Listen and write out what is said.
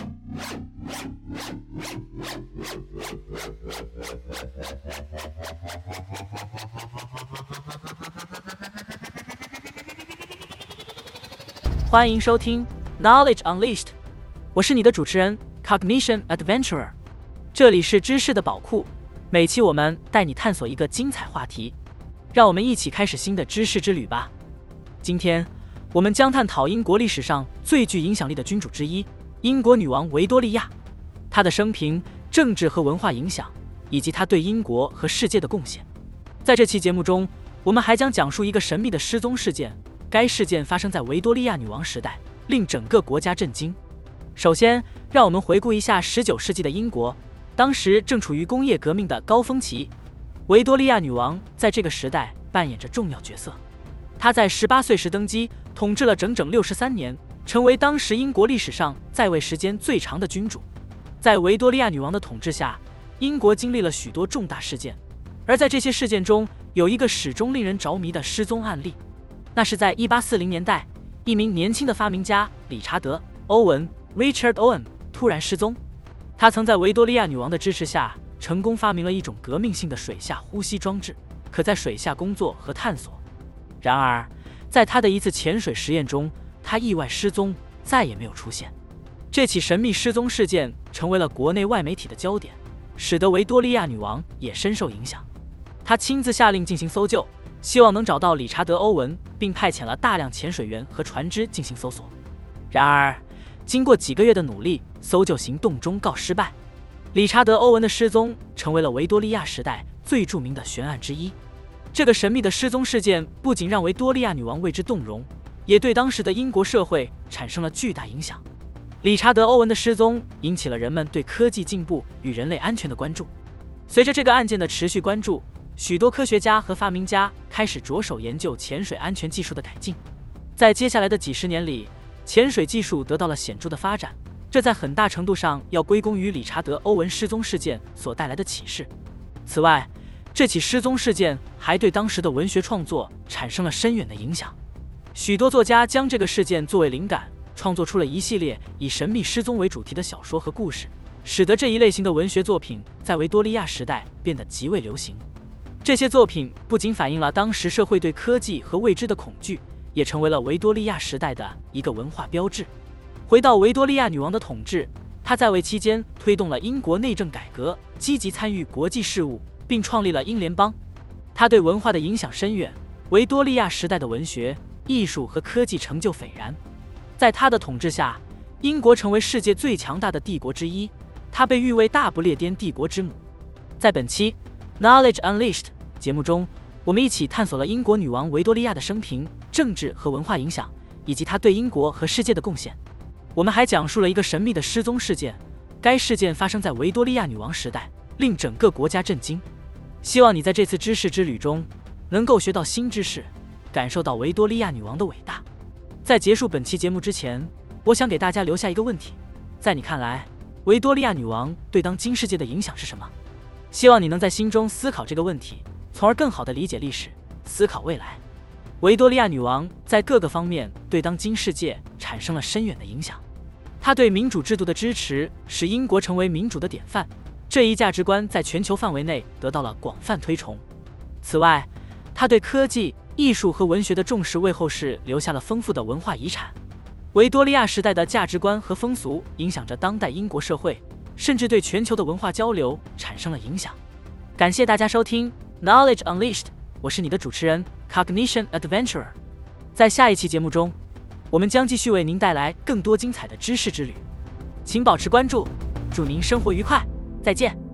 欢迎收听 Knowledge Unleashed， 我是你的主持人 Cognition Adventurer， 这里是知识的宝库，每期我们带你探索一个精彩话题，让我们一起开始新的知识之旅吧。今天我们将探讨英国历史上最具影响力的君主之一——英国女王维多利亚，她的生平、政治和文化影响，以及她对英国和世界的贡献。在这期节目中，我们还将讲述一个神秘的失踪事件。该事件发生在维多利亚女王时代，令整个国家震惊。首先，让我们回顾一下19世纪的英国，当时正处于工业革命的高峰期。维多利亚女王在这个时代扮演着重要角色。她在18岁时登基，统治了整整63年，成为当时英国历史上在位时间最长的君主。在维多利亚女王的统治下，英国经历了许多重大事件，而在这些事件中，有一个始终令人着迷的失踪案例。那是在1840年代，一名年轻的发明家理查德·欧文 （Richard Owen） 突然失踪。他曾在维多利亚女王的支持下，成功发明了一种革命性的水下呼吸装置，可在水下工作和探索。然而，在他的一次潜水实验中，他意外失踪，再也没有出现。这起神秘失踪事件成为了国内外媒体的焦点，使得维多利亚女王也深受影响。她亲自下令进行搜救，希望能找到理查德·欧文，并派遣了大量潜水员和船只进行搜索。然而，经过几个月的努力，搜救行动终告失败。理查德·欧文的失踪成为了维多利亚时代最著名的悬案之一。这个神秘的失踪事件不仅让维多利亚女王为之动容，也对当时的英国社会产生了巨大影响。理查德·欧文的失踪引起了人们对科技进步与人类安全的关注。随着这个案件的持续关注，许多科学家和发明家开始着手研究潜水安全技术的改进。在接下来的几十年里，潜水技术得到了显著的发展，这在很大程度上要归功于理查德·欧文失踪事件所带来的启示。此外，这起失踪事件还对当时的文学创作产生了深远的影响。许多作家将这个事件作为灵感，创作出了一系列以神秘失踪为主题的小说和故事，使得这一类型的文学作品在维多利亚时代变得极为流行。这些作品不仅反映了当时社会对科技和未知的恐惧，也成为了维多利亚时代的一个文化标志。回到维多利亚女王的统治，她在位期间推动了英国内政改革，积极参与国际事务，并创立了英联邦。她对文化的影响深远，维多利亚时代的文学、艺术和科技成就斐然。在她的统治下，英国成为世界最强大的帝国之一，她被誉为大不列颠帝国之母。在本期 Knowledge Unleashed节目中，我们一起探索了英国女王维多利亚的生平、政治和文化影响，以及她对英国和世界的贡献。我们还讲述了一个神秘的失踪事件，该事件发生在维多利亚女王时代，令整个国家震惊。希望你在这次知识之旅中能够学到新知识，感受到维多利亚女王的伟大。在结束本期节目之前，我想给大家留下一个问题：在你看来，维多利亚女王对当今世界的影响是什么？希望你能在心中思考这个问题，从而更好地理解历史，思考未来。维多利亚女王在各个方面对当今世界产生了深远的影响。她对民主制度的支持使英国成为民主的典范，这一价值观在全球范围内得到了广泛推崇。此外，她对科技、艺术和文学的重视为后世留下了丰富的文化遗产。维多利亚时代的价值观和风俗影响着当代英国社会，甚至对全球的文化交流产生了影响。感谢大家收听 Knowledge Unleashed， 我是你的主持人 Cognition Adventurer。 在下一期节目中，我们将继续为您带来更多精彩的知识之旅，请保持关注，祝您生活愉快，再见。